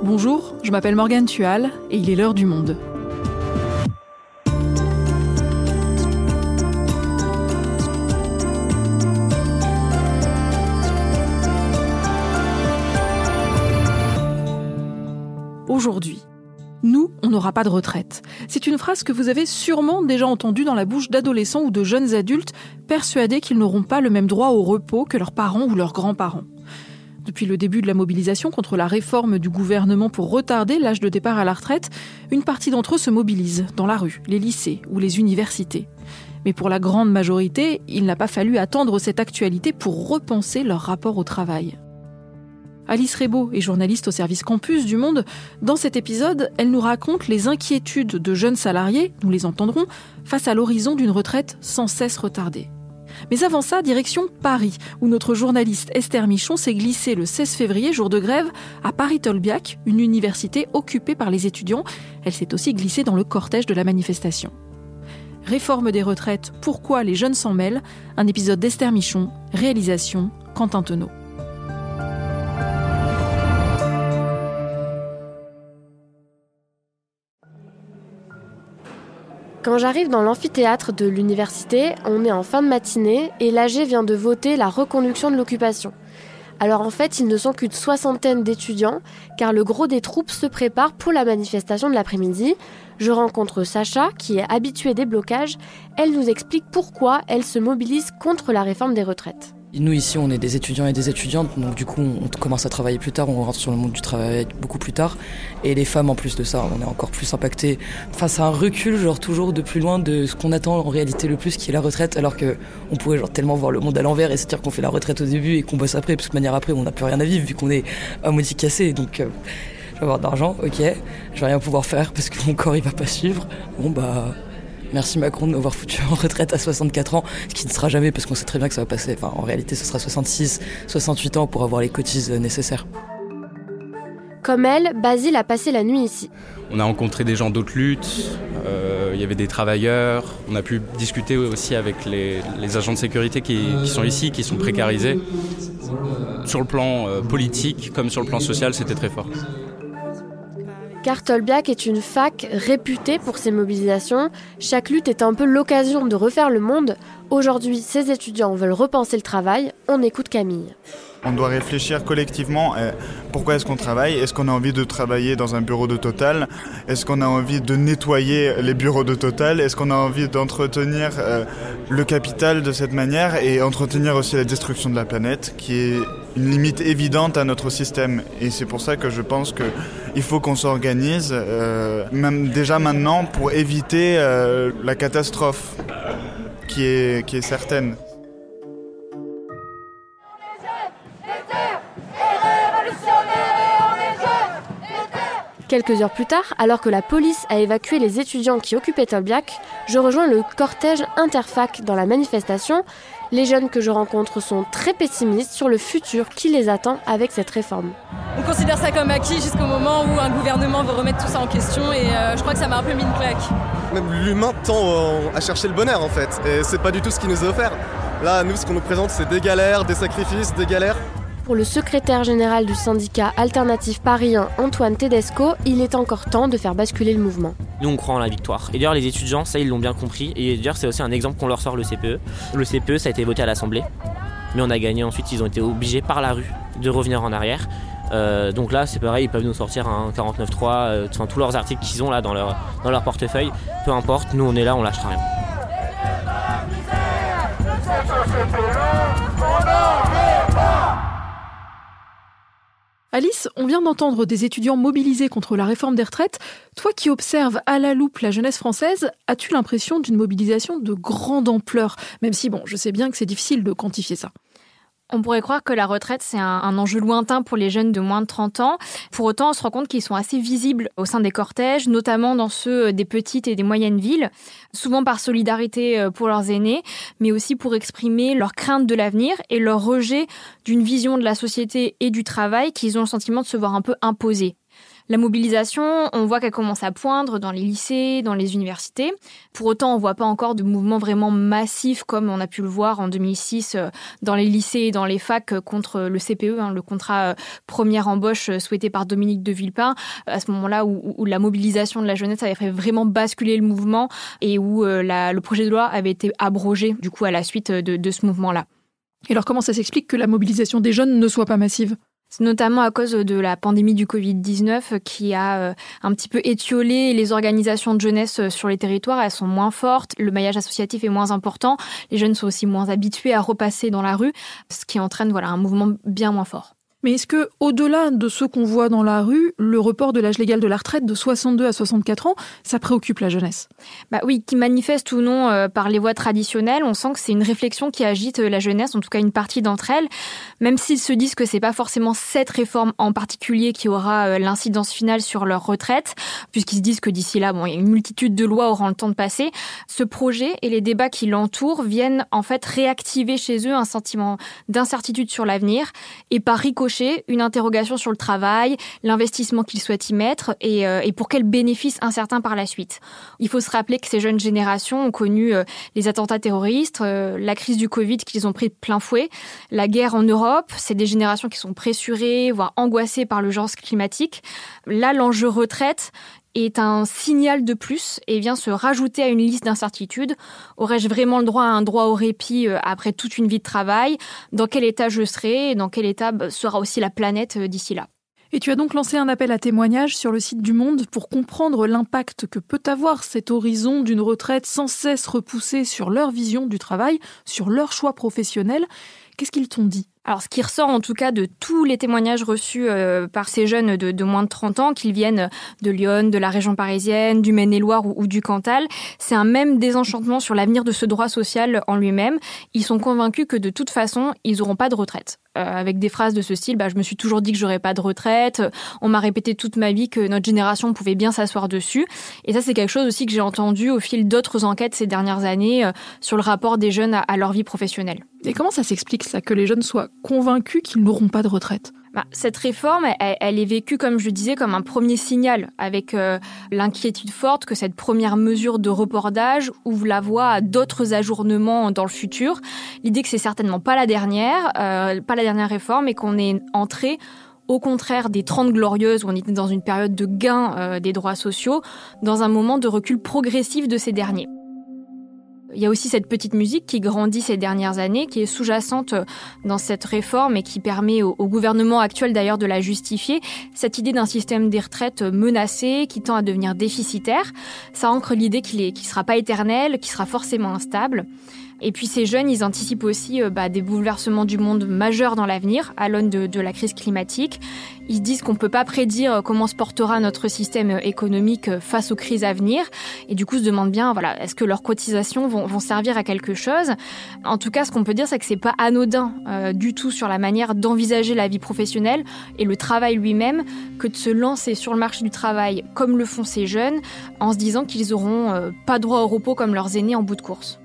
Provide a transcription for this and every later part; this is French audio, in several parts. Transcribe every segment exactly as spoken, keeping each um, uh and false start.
Bonjour, je m'appelle Morgane Tual et il est l'heure du monde. Aujourd'hui, nous, on n'aura pas de retraite. C'est une phrase que vous avez sûrement déjà entendue dans la bouche d'adolescents ou de jeunes adultes persuadés qu'ils n'auront pas le même droit au repos que leurs parents ou leurs grands-parents. Depuis le début de la mobilisation contre la réforme du gouvernement pour retarder l'âge de départ à la retraite, une partie d'entre eux se mobilise dans la rue, les lycées ou les universités. Mais pour la grande majorité, il n'a pas fallu attendre cette actualité pour repenser leur rapport au travail. Alice Rebaud est journaliste au service Campus du Monde. Dans cet épisode, elle nous raconte les inquiétudes de jeunes salariés, nous les entendrons, face à l'horizon d'une retraite sans cesse retardée. Mais avant ça, direction Paris, où notre journaliste Esther Michon s'est glissée le seize février, jour de grève, à Paris-Tolbiac, une université occupée par les étudiants. Elle s'est aussi glissée dans le cortège de la manifestation. Réforme des retraites, pourquoi les jeunes s'en mêlent ? Un épisode d'Esther Michon, réalisation Quentin Tenot. Quand j'arrive dans l'amphithéâtre de l'université, on est en fin de matinée et l'A G vient de voter la reconduction de l'occupation. Alors en fait, ils ne sont qu'une soixantaine d'étudiants, car le gros des troupes se prépare pour la manifestation de l'après-midi. Je rencontre Sacha, qui est habituée des blocages. Elle nous explique pourquoi elle se mobilise contre la réforme des retraites. Nous ici on est des étudiants et des étudiantes, donc du coup on commence à travailler plus tard, on rentre sur le monde du travail beaucoup plus tard. Et les femmes en plus de ça, on est encore plus impactés face à un recul genre toujours de plus loin de ce qu'on attend en réalité le plus, qui est la retraite, alors qu'on pourrait genre tellement voir le monde à l'envers et se dire qu'on fait la retraite au début et qu'on bosse après, parce que de manière après on n'a plus rien à vivre vu qu'on est à moitié cassé. Donc euh, je vais avoir d'argent, ok, je vais rien pouvoir faire parce que mon corps il va pas suivre. Bon bah... Merci Macron de m'avoir foutu en retraite à soixante-quatre ans, ce qui ne sera jamais parce qu'on sait très bien que ça va passer. Enfin, en réalité, ce sera soixante-six, soixante-huit ans pour avoir les cotises nécessaires. Comme elle, Basile a passé la nuit ici. On a rencontré des gens d'autres luttes, euh, il y avait des travailleurs. On a pu discuter aussi avec les, les agents de sécurité qui, qui sont ici, qui sont précarisés. Sur le plan euh, politique comme sur le plan social, c'était très fort. Car Tolbiac est une fac réputée pour ses mobilisations. Chaque lutte est un peu l'occasion de refaire le monde. Aujourd'hui, ces étudiants veulent repenser le travail. On écoute Camille. On doit réfléchir collectivement. Euh, pourquoi est-ce qu'on travaille ? Est-ce qu'on a envie de travailler dans un bureau de Total ? Est-ce qu'on a envie de nettoyer les bureaux de Total ? Est-ce qu'on a envie d'entretenir euh, le capital de cette manière et entretenir aussi la destruction de la planète, qui est une limite évidente à notre système. Et c'est pour ça que je pense qu'il faut qu'on s'organise, euh, même déjà maintenant, pour éviter euh, la catastrophe qui est, qui est certaine. Quelques heures plus tard, alors que la police a évacué les étudiants qui occupaient Tolbiac, je rejoins le cortège interfac dans la manifestation. Les jeunes que je rencontre sont très pessimistes sur le futur qui les attend avec cette réforme. On considère ça comme acquis jusqu'au moment où un gouvernement veut remettre tout ça en question et euh, je crois que ça m'a un peu mis une claque. Même l'humain tend euh, à chercher le bonheur en fait, et c'est pas du tout ce qui nous est offert. Là, nous, ce qu'on nous présente, c'est des galères, des sacrifices, des galères. Pour le secrétaire général du syndicat alternatif parisien Antoine Tedesco, il est encore temps de faire basculer le mouvement. Nous, on croit en la victoire. Et d'ailleurs, les étudiants, ça, ils l'ont bien compris. Et d'ailleurs, c'est aussi un exemple qu'on leur sort le C P E. Le C P E, ça a été voté à l'Assemblée. Mais on a gagné ensuite, ils ont été obligés par la rue de revenir en arrière. Euh, donc là, c'est pareil, ils peuvent nous sortir un quarante-neuf trois, euh, enfin, tous leurs articles qu'ils ont là dans leur, dans leur portefeuille. Peu importe, nous, on est là, on lâchera rien. Alice, on vient d'entendre des étudiants mobilisés contre la réforme des retraites. Toi qui observes à la loupe la jeunesse française, as-tu l'impression d'une mobilisation de grande ampleur ? Même si, bon, je sais bien que c'est difficile de quantifier ça. On pourrait croire que la retraite, c'est un, un enjeu lointain pour les jeunes de moins de trente ans. Pour autant, on se rend compte qu'ils sont assez visibles au sein des cortèges, notamment dans ceux des petites et des moyennes villes, souvent par solidarité pour leurs aînés, mais aussi pour exprimer leur crainte de l'avenir et leur rejet d'une vision de la société et du travail qu'ils ont le sentiment de se voir un peu imposer. La mobilisation, on voit qu'elle commence à poindre dans les lycées, dans les universités. Pour autant, on ne voit pas encore de mouvement vraiment massif comme on a pu le voir en deux mille six dans les lycées et dans les facs contre le C P E, hein, le contrat première embauche souhaité par Dominique de Villepin, à ce moment-là où, où la mobilisation de la jeunesse avait fait vraiment basculer le mouvement et où euh, la, le projet de loi avait été abrogé du coup à la suite de, de ce mouvement-là. Et alors comment ça s'explique que la mobilisation des jeunes ne soit pas massive ? C'est notamment à cause de la pandémie du covid dix-neuf qui a euh, un petit peu étiolé les organisations de jeunesse sur les territoires. Elles sont moins fortes, le maillage associatif est moins important, les jeunes sont aussi moins habitués à repasser dans la rue, ce qui entraîne voilà, un mouvement bien moins fort. Mais est-ce que, au-delà de ce qu'on voit dans la rue, le report de l'âge légal de la retraite de soixante-deux à soixante-quatre ans, ça préoccupe la jeunesse ? Bah oui, qui manifeste ou non euh, par les voies traditionnelles, on sent que c'est une réflexion qui agite la jeunesse, en tout cas une partie d'entre elles, même s'ils se disent que c'est pas forcément cette réforme en particulier qui aura euh, l'incidence finale sur leur retraite, puisqu'ils se disent que d'ici là, bon, il y a une multitude de lois auront le temps de passer. Ce projet et les débats qui l'entourent viennent en fait réactiver chez eux un sentiment d'incertitude sur l'avenir et par ricochet une interrogation sur le travail, l'investissement qu'ils souhaitent y mettre et, euh, et pour quels bénéfices incertains par la suite. Il faut se rappeler que ces jeunes générations ont connu euh, les attentats terroristes, euh, la crise du Covid qu'ils ont pris de plein fouet, la guerre en Europe. C'est des générations qui sont pressurées, voire angoissées par l'urgence climatique. Là, l'enjeu retraite est un signal de plus et vient se rajouter à une liste d'incertitudes. Aurais-je vraiment le droit à un droit au répit après toute une vie de travail ? Dans quel état je serai ? Et dans quel état sera aussi la planète d'ici là ? Et tu as donc lancé un appel à témoignages sur le site du Monde pour comprendre l'impact que peut avoir cet horizon d'une retraite sans cesse repoussée sur leur vision du travail, sur leur choix professionnel. Qu'est-ce qu'ils t'ont dit ? Alors, ce qui ressort en tout cas de tous les témoignages reçus euh, par ces jeunes de, de moins de trente ans, qu'ils viennent de Lyon, de la région parisienne, du Maine-et-Loire ou, ou du Cantal, c'est un même désenchantement sur l'avenir de ce droit social en lui-même. Ils sont convaincus que de toute façon, ils n'auront pas de retraite. Euh, avec des phrases de ce style, bah, je me suis toujours dit que j'aurais pas de retraite, on m'a répété toute ma vie que notre génération pouvait bien s'asseoir dessus. Et ça, c'est quelque chose aussi que j'ai entendu au fil d'autres enquêtes ces dernières années euh, sur le rapport des jeunes à, à leur vie professionnelle. Et comment ça s'explique ça, que les jeunes soient convaincus qu'ils n'auront pas de retraite ? Bah, cette réforme, elle, elle est vécue, comme je le disais, comme un premier signal, avec euh, l'inquiétude forte que cette première mesure de report d'âge ouvre la voie à d'autres ajournements dans le futur. L'idée que c'est certainement pas la dernière, euh, pas la dernière réforme, et qu'on est entré au contraire des Trente Glorieuses, où on était dans une période de gain euh, des droits sociaux, dans un moment de recul progressif de ces derniers. Il y a aussi cette petite musique qui grandit ces dernières années, qui est sous-jacente dans cette réforme et qui permet au, au gouvernement actuel d'ailleurs de la justifier. Cette idée d'un système des retraites menacé, qui tend à devenir déficitaire, ça ancre l'idée qu'il est, qu'il sera pas éternel, qu'il sera forcément instable. Et puis ces jeunes, ils anticipent aussi euh, bah, des bouleversements du monde majeurs dans l'avenir, à l'aune de, de la crise climatique. Ils disent qu'on ne peut pas prédire comment se portera notre système économique face aux crises à venir. Et du coup, se demandent bien, voilà, est-ce que leurs cotisations vont, vont servir à quelque chose ? En tout cas, ce qu'on peut dire, c'est que c'est pas anodin euh, du tout sur la manière d'envisager la vie professionnelle et le travail lui-même que de se lancer sur le marché du travail comme le font ces jeunes, en se disant qu'ils n'auront euh, pas droit au repos comme leurs aînés en bout de course.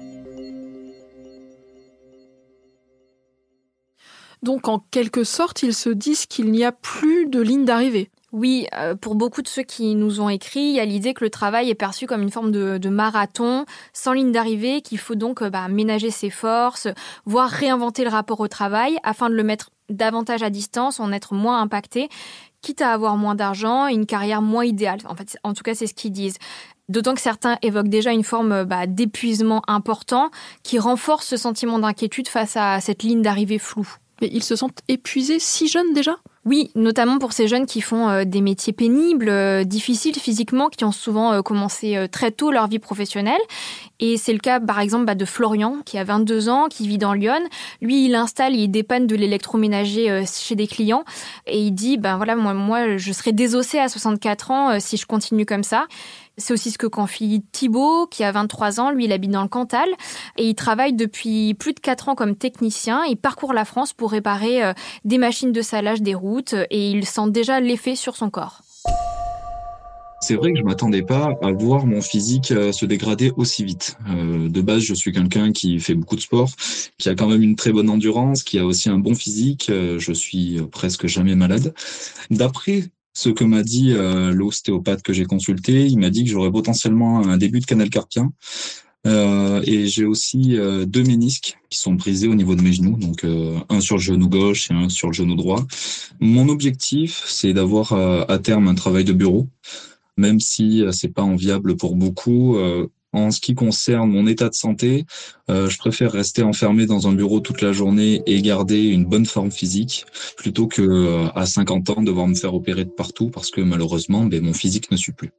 Donc, en quelque sorte, ils se disent qu'il n'y a plus de ligne d'arrivée. Oui, euh, pour beaucoup de ceux qui nous ont écrit, il y a l'idée que le travail est perçu comme une forme de, de marathon, sans ligne d'arrivée, qu'il faut donc euh, bah, ménager ses forces, voire réinventer le rapport au travail, afin de le mettre davantage à distance, en être moins impacté, quitte à avoir moins d'argent et une carrière moins idéale. En fait, en tout cas, c'est ce qu'ils disent. D'autant que certains évoquent déjà une forme bah, d'épuisement important qui renforce ce sentiment d'inquiétude face à cette ligne d'arrivée floue. Mais ils se sentent épuisés si jeunes déjà ? Oui, notamment pour ces jeunes qui font euh, des métiers pénibles, euh, difficiles physiquement, qui ont souvent euh, commencé euh, très tôt leur vie professionnelle. Et c'est le cas, par exemple, bah, de Florian, qui a vingt-deux ans, qui vit dans Lyon. Lui, il installe, il dépanne de l'électroménager euh, chez des clients. Et il dit, ben voilà, moi, moi, je serai désossé à soixante-quatre ans euh, si je continue comme ça. C'est aussi ce que confie Thibaut, qui a vingt-trois ans. Lui, il habite dans le Cantal et il travaille depuis plus de quatre ans comme technicien. Il parcourt la France pour réparer euh, des machines de salage des routes et il sent déjà l'effet sur son corps. C'est vrai que je m'attendais pas à voir mon physique se dégrader aussi vite. Euh, de base, je suis quelqu'un qui fait beaucoup de sport, qui a quand même une très bonne endurance, qui a aussi un bon physique. Euh, je suis presque jamais malade. D'après Ce que m'a dit euh, l'ostéopathe que j'ai consulté, il m'a dit que j'aurais potentiellement un début de canal carpien. Euh, et j'ai aussi euh, deux ménisques qui sont brisés au niveau de mes genoux, donc euh, un sur le genou gauche et un sur le genou droit. Mon objectif, c'est d'avoir euh, à terme un travail de bureau, même si euh, c'est pas enviable pour beaucoup. Euh, en ce qui concerne mon état de santé, euh, je préfère rester enfermé dans un bureau toute la journée et garder une bonne forme physique, plutôt que euh, à cinquante ans devoir me faire opérer de partout parce que malheureusement, ben, mon physique ne suit plus.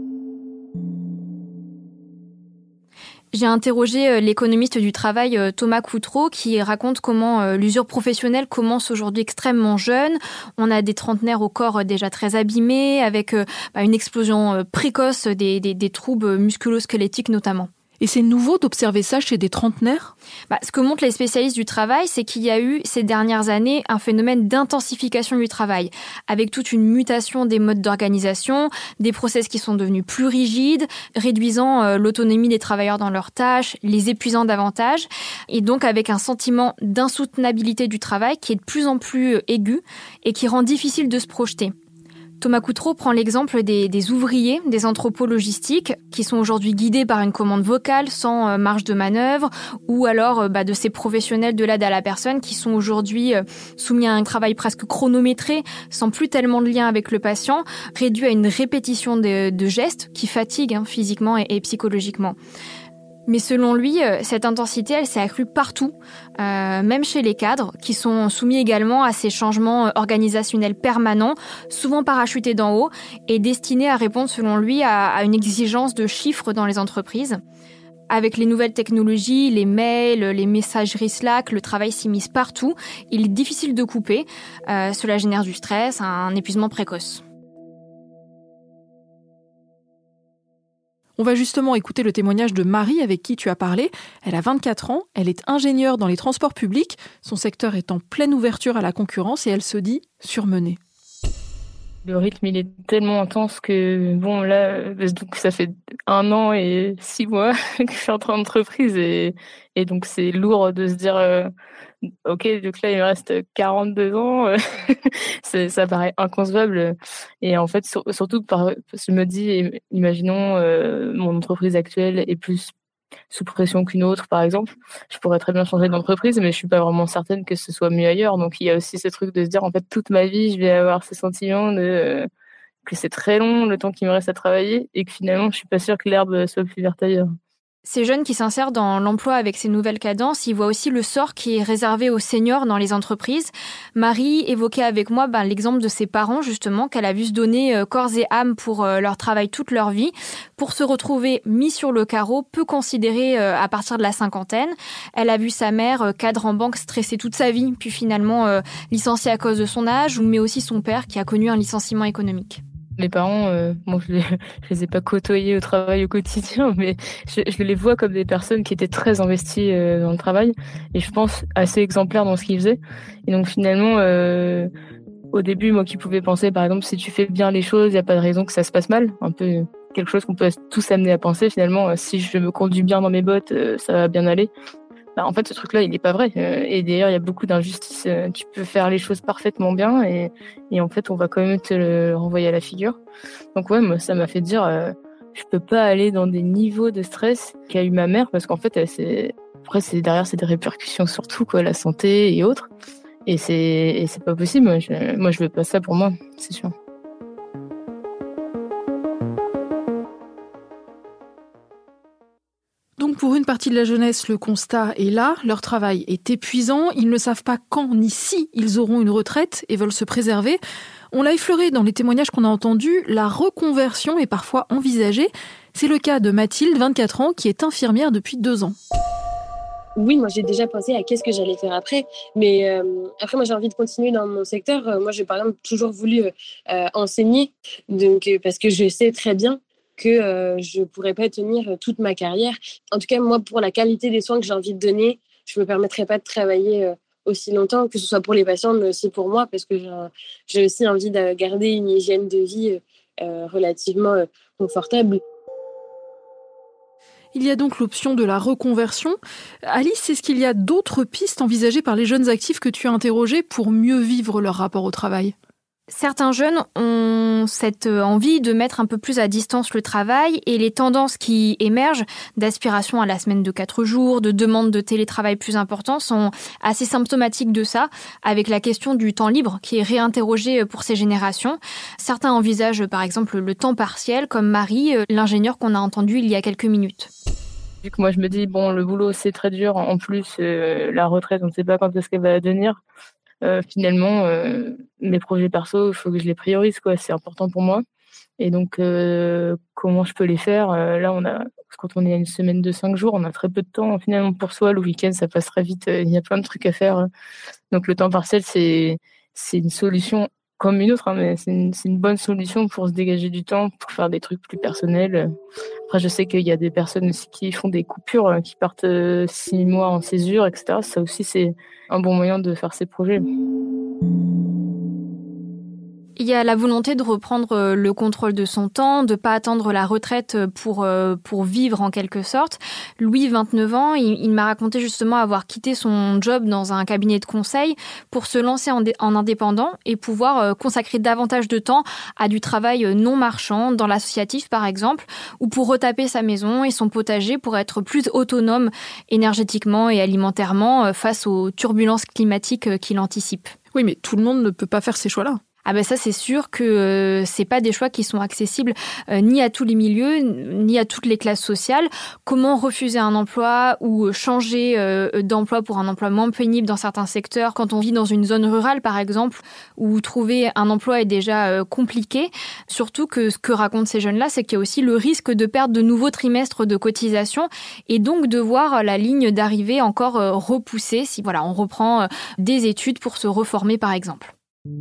J'ai interrogé l'économiste du travail Thomas Coutreau qui raconte comment l'usure professionnelle commence aujourd'hui extrêmement jeune. On a des trentenaires au corps déjà très abîmés avec une explosion précoce des, des, des troubles musculo-squelettiques notamment. Et c'est nouveau d'observer ça chez des trentenaires ? Bah, ce que montrent les spécialistes du travail, c'est qu'il y a eu ces dernières années un phénomène d'intensification du travail, avec toute une mutation des modes d'organisation, des process qui sont devenus plus rigides, réduisant euh, l'autonomie des travailleurs dans leurs tâches, les épuisant davantage, et donc avec un sentiment d'insoutenabilité du travail qui est de plus en plus aigu et qui rend difficile de se projeter. Thomas Coutreau prend l'exemple des, des ouvriers, des entrepôts logistiques, qui sont aujourd'hui guidés par une commande vocale sans marge de manœuvre, ou alors bah, de ces professionnels de l'aide à la personne qui sont aujourd'hui soumis à un travail presque chronométré, sans plus tellement de lien avec le patient, réduit à une répétition de, de gestes qui fatiguent hein, physiquement et, et psychologiquement. Mais selon lui, cette intensité, elle s'est accrue partout, euh, même chez les cadres, qui sont soumis également à ces changements organisationnels permanents, souvent parachutés d'en haut, et destinés à répondre, selon lui, à, à une exigence de chiffres dans les entreprises. Avec les nouvelles technologies, les mails, les messageries Slack, le travail s'immisce partout. Il est difficile de couper. Euh, cela génère du stress, un épuisement précoce. On va justement écouter le témoignage de Marie avec qui tu as parlé. Elle a vingt-quatre ans, elle est ingénieure dans les transports publics. Son secteur est en pleine ouverture à la concurrence et elle se dit surmenée. Le rythme, il est tellement intense que, bon, là, donc ça fait un an et six mois que je suis en entreprise et, et donc c'est lourd de se dire, euh, ok, donc là, il me reste quarante-deux ans, ça paraît inconcevable. Et en fait, sur, surtout, par, je me dis, imaginons, euh, mon entreprise actuelle est plus sous pression qu'une autre, par exemple. Je pourrais très bien changer d'entreprise, mais je suis pas vraiment certaine que ce soit mieux ailleurs. Donc, il y a aussi ce truc de se dire, en fait, toute ma vie, je vais avoir ce sentiment de, euh, que c'est très long, le temps qu'il me reste à travailler, et que finalement, je suis pas sûre que l'herbe soit plus verte ailleurs. Ces jeunes qui s'insèrent dans l'emploi avec ces nouvelles cadences, ils voient aussi le sort qui est réservé aux seniors dans les entreprises. Marie évoquait avec moi ben, l'exemple de ses parents, justement, qu'elle a vu se donner euh, corps et âme pour euh, leur travail toute leur vie, pour se retrouver mis sur le carreau, peu considérée euh, à partir de la cinquantaine. Elle a vu sa mère, euh, cadre en banque, stressée toute sa vie, puis finalement euh, licenciée à cause de son âge, mais aussi son père qui a connu un licenciement économique. Les parents, euh, bon, je les, je les ai pas côtoyés au travail au quotidien, mais je, je les vois comme des personnes qui étaient très investies euh, dans le travail et je pense assez exemplaires dans ce qu'ils faisaient. Et donc finalement, euh, au début, moi qui pouvais penser, par exemple, si tu fais bien les choses, il n'y a pas de raison que ça se passe mal. Un peu quelque chose qu'on peut tous amener à penser. Finalement, si je me conduis bien dans mes bottes, euh, ça va bien aller. Bah, en fait, ce truc-là, il n'est pas vrai. Euh, et d'ailleurs, il y a beaucoup d'injustices. Euh, tu peux faire les choses parfaitement bien et, et en fait, on va quand même te le renvoyer à la figure. Donc ouais, moi, ça m'a fait dire, euh, je peux pas aller dans des niveaux de stress qu'a eu ma mère parce qu'en fait, elle, c'est... après, c'est derrière, c'est des répercussions sur tout, quoi, la santé et autres. Et c'est, et c'est pas possible. Moi je, moi, je veux pas ça pour moi, c'est sûr. Donc pour une partie de la jeunesse, le constat est là, leur travail est épuisant, ils ne savent pas quand ni si ils auront une retraite et veulent se préserver. On l'a effleuré dans les témoignages qu'on a entendus, la reconversion est parfois envisagée. C'est le cas de Mathilde, vingt-quatre ans, qui est infirmière depuis deux ans. Oui, moi j'ai déjà pensé à qu'est-ce que j'allais faire après, mais euh, après moi j'ai envie de continuer dans mon secteur. Euh, moi j'ai par exemple toujours voulu euh, enseigner, donc euh, parce que je sais très bien que euh, je ne pourrais pas tenir toute ma carrière. En tout cas, moi, pour la qualité des soins que j'ai envie de donner, je ne me permettrai pas de travailler euh, aussi longtemps, que ce soit pour les patients, mais aussi pour moi, parce que j'ai, j'ai aussi envie de garder une hygiène de vie euh, relativement euh, confortable. Il y a donc l'option de la reconversion. Alice, est-ce qu'il y a d'autres pistes envisagées par les jeunes actifs que tu as interrogés pour mieux vivre leur rapport au travail ? Certains jeunes ont cette envie de mettre un peu plus à distance le travail et les tendances qui émergent d'aspiration à la semaine de quatre jours, de demande de télétravail plus important sont assez symptomatiques de ça, avec la question du temps libre qui est réinterrogée pour ces générations. Certains envisagent par exemple le temps partiel, comme Marie, l'ingénieure qu'on a entendu il y a quelques minutes. Vu que moi je me dis, bon, le boulot c'est très dur, en plus euh, la retraite on ne sait pas quand est-ce qu'elle va venir. Euh, finalement, euh, mes projets perso, il faut que je les priorise, quoi. C'est important pour moi. Et donc, euh, comment je peux les faire ? euh, Là, on a, quand on est à une semaine de cinq jours, on a très peu de temps finalement pour soi. Le week-end, ça passe très vite. Il y a plein de trucs à faire. Donc, le temps partiel, c'est c'est une solution comme une autre, hein, mais c'est une, c'est une bonne solution pour se dégager du temps, pour faire des trucs plus personnels. Après, je sais qu'il y a des personnes aussi qui font des coupures, qui partent six mois en césure, et cetera. Ça aussi, c'est un bon moyen de faire ses projets. Il y a la volonté de reprendre le contrôle de son temps, de pas attendre la retraite pour pour vivre en quelque sorte. Louis, vingt-neuf ans, il, il m'a raconté justement avoir quitté son job dans un cabinet de conseil pour se lancer en, dé, en indépendant et pouvoir consacrer davantage de temps à du travail non marchand, dans l'associatif par exemple, ou pour retaper sa maison et son potager pour être plus autonome énergétiquement et alimentairement face aux turbulences climatiques qu'il anticipe. Oui, mais tout le monde ne peut pas faire ces choix-là. Ah ben ça, c'est sûr que euh, c'est pas des choix qui sont accessibles euh, ni à tous les milieux, ni à toutes les classes sociales. Comment refuser un emploi ou changer euh, d'emploi pour un emploi moins pénible dans certains secteurs quand on vit dans une zone rurale, par exemple, où trouver un emploi est déjà euh, compliqué. Surtout que ce que racontent ces jeunes-là, c'est qu'il y a aussi le risque de perdre de nouveaux trimestres de cotisation et donc de voir la ligne d'arrivée encore euh, repoussée si voilà, on reprend euh, des études pour se reformer, par exemple.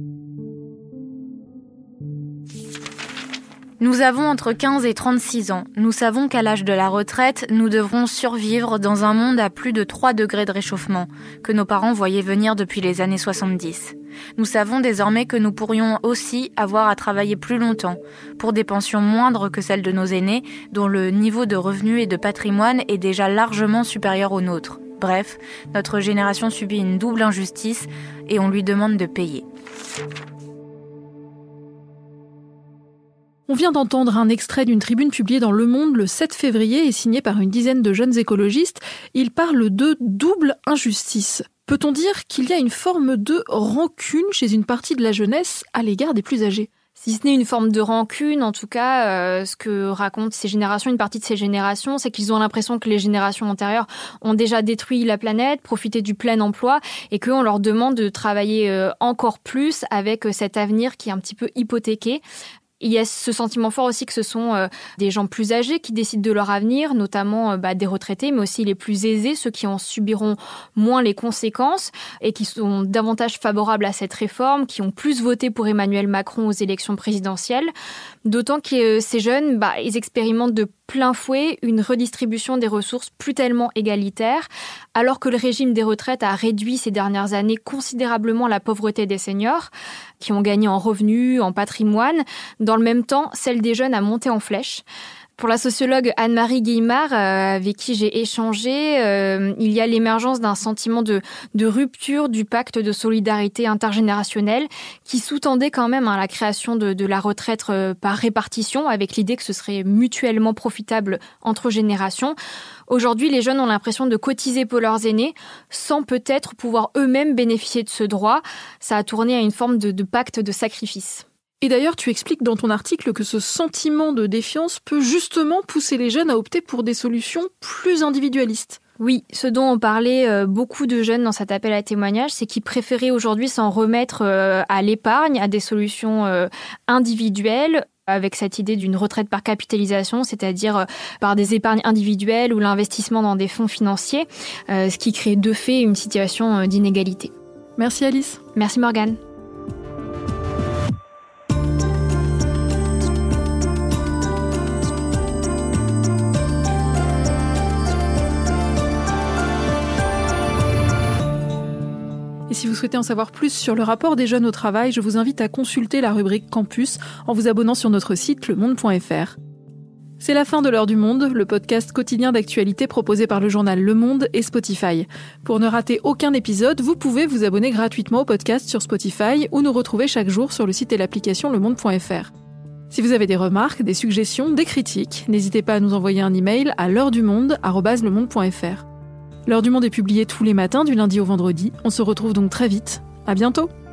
Nous avons entre quinze et trente-six ans. Nous savons qu'à l'âge de la retraite, nous devrons survivre dans un monde à plus de trois degrés de réchauffement, que nos parents voyaient venir depuis les années soixante-dix. Nous savons désormais que nous pourrions aussi avoir à travailler plus longtemps, pour des pensions moindres que celles de nos aînés, dont le niveau de revenus et de patrimoine est déjà largement supérieur au nôtre. Bref, notre génération subit une double injustice et on lui demande de payer. On vient d'entendre un extrait d'une tribune publiée dans Le Monde le sept février et signée par une dizaine de jeunes écologistes. Il parle de double injustice. Peut-on dire qu'il y a une forme de rancune chez une partie de la jeunesse à l'égard des plus âgés ? Si ce n'est une forme de rancune, en tout cas, euh, ce que racontent ces générations, une partie de ces générations, c'est qu'ils ont l'impression que les générations antérieures ont déjà détruit la planète, profité du plein emploi, et qu'on leur demande de travailler euh, encore plus avec cet avenir qui est un petit peu hypothéqué. Il y a ce sentiment fort aussi que ce sont euh, des gens plus âgés qui décident de leur avenir, notamment euh, bah, des retraités, mais aussi les plus aisés, ceux qui en subiront moins les conséquences et qui sont davantage favorables à cette réforme, qui ont plus voté pour Emmanuel Macron aux élections présidentielles. D'autant que euh, ces jeunes, bah, ils expérimentent de plein fouet une redistribution des ressources plus tellement égalitaire, alors que le régime des retraites a réduit ces dernières années considérablement la pauvreté des seniors, qui ont gagné en revenus, en patrimoine. Dans le même temps, celle des jeunes a monté en flèche. Pour la sociologue Anne-Marie Guillemard, euh, avec qui j'ai échangé, euh, il y a l'émergence d'un sentiment de, de rupture du pacte de solidarité intergénérationnelle qui sous-tendait quand même hein, la création de, de la retraite euh, par répartition, avec l'idée que ce serait mutuellement profitable entre générations. Aujourd'hui, les jeunes ont l'impression de cotiser pour leurs aînés sans peut-être pouvoir eux-mêmes bénéficier de ce droit. Ça a tourné à une forme de, de pacte de sacrifice. Et d'ailleurs, tu expliques dans ton article que ce sentiment de défiance peut justement pousser les jeunes à opter pour des solutions plus individualistes. Oui, ce dont ont parlé beaucoup de jeunes dans cet appel à témoignage, c'est qu'ils préféraient aujourd'hui s'en remettre à l'épargne, à des solutions individuelles, avec cette idée d'une retraite par capitalisation, c'est-à-dire par des épargnes individuelles ou l'investissement dans des fonds financiers, ce qui crée de fait une situation d'inégalité. Merci Alice. Merci Morgane. Et si vous souhaitez en savoir plus sur le rapport des jeunes au travail, je vous invite à consulter la rubrique Campus en vous abonnant sur notre site le monde point f r. C'est la fin de l'heure du monde, le podcast quotidien d'actualité proposé par le journal Le Monde et Spotify. Pour ne rater aucun épisode, vous pouvez vous abonner gratuitement au podcast sur Spotify ou nous retrouver chaque jour sur le site et l'application lemonde point f r. Si vous avez des remarques, des suggestions, des critiques, n'hésitez pas à nous envoyer un email à l'heure du monde arobase lemonde point f r. L'heure du monde est publiée tous les matins du lundi au vendredi. On se retrouve donc très vite. À bientôt!